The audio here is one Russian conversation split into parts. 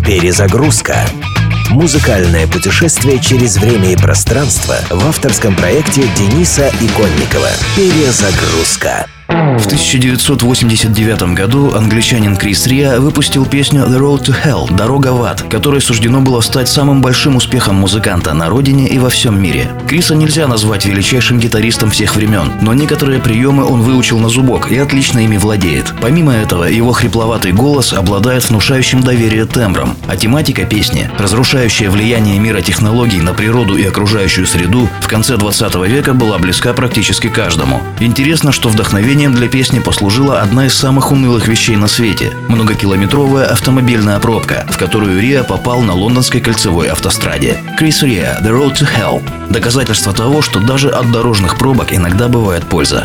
Перезагрузка. Музыкальное путешествие через время и пространство в авторском проекте Дениса Иконникова. Перезагрузка. В 1989 году англичанин Крис Риа выпустил песню «The Road to Hell» – «Дорога в ад», которой суждено было стать самым большим успехом музыканта на родине и во всем мире. Криса нельзя назвать величайшим гитаристом всех времен, но некоторые приемы он выучил на зубок и отлично ими владеет. Помимо этого, его хрипловатый голос обладает внушающим доверие тембром, а тематика песни, разрушающая влияние мира технологий на природу и окружающую среду, в конце 20 века была близка практически каждому. Интересно, что вдохновением для песни послужила одна из самых унылых вещей на свете – многокилометровая автомобильная пробка, в которую Риа попал на лондонской кольцевой автостраде. Крис Риа, «The Road to Hell» – доказательство того, что даже от дорожных пробок иногда бывает польза.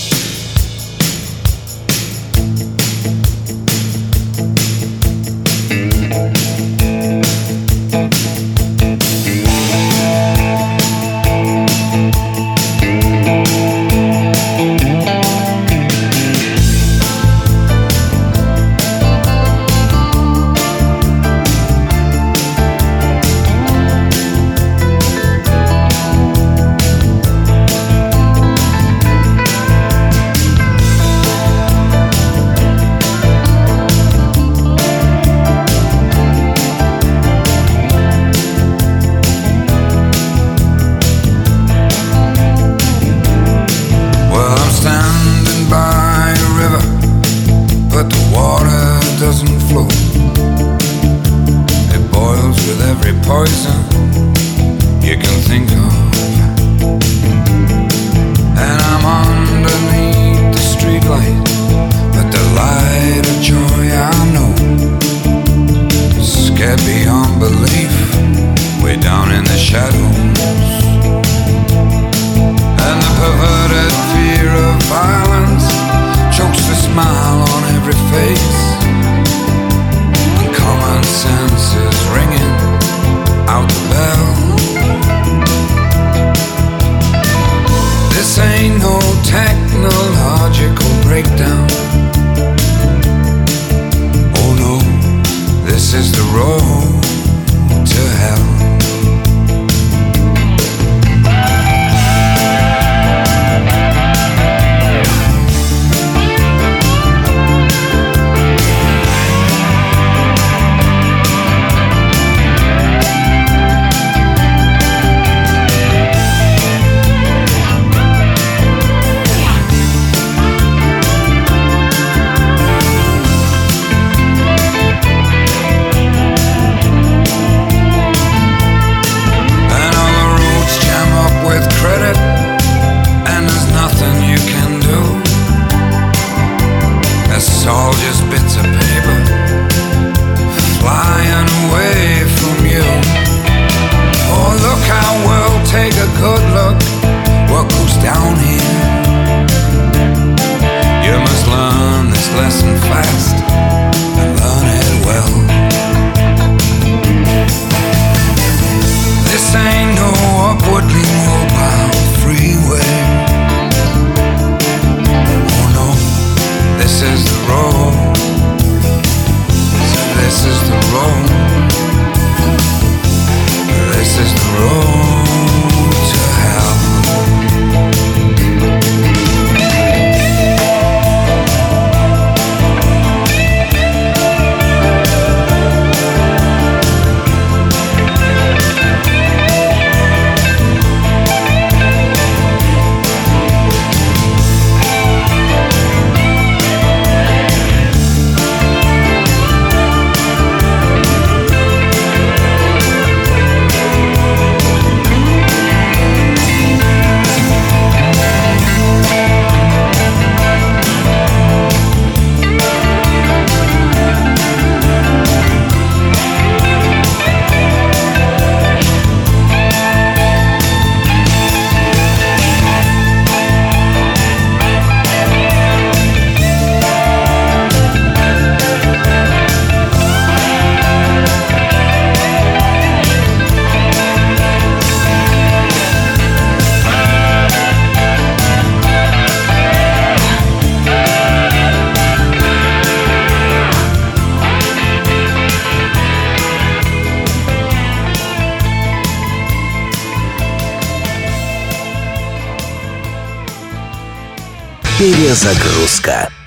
Doesn't flow. It boils with every poison you can think of. And I'm underneath the streetlight, but the light of joy I know is scared beyond belief, way down in the shadows. And the perverted fear of violence chokes the smile on every face. Common sense is ringing out the bell. This ain't no technological breakdown. Oh no, this is the road to hell. All just bits of paper flying away from you. Oh, look how we'll take a good look what goes down here. You must learn this lesson fast and learn it well. This ain't no upwardly mobile freeway. This is the road, so this is the road, this is the road to hell. Перезагрузка.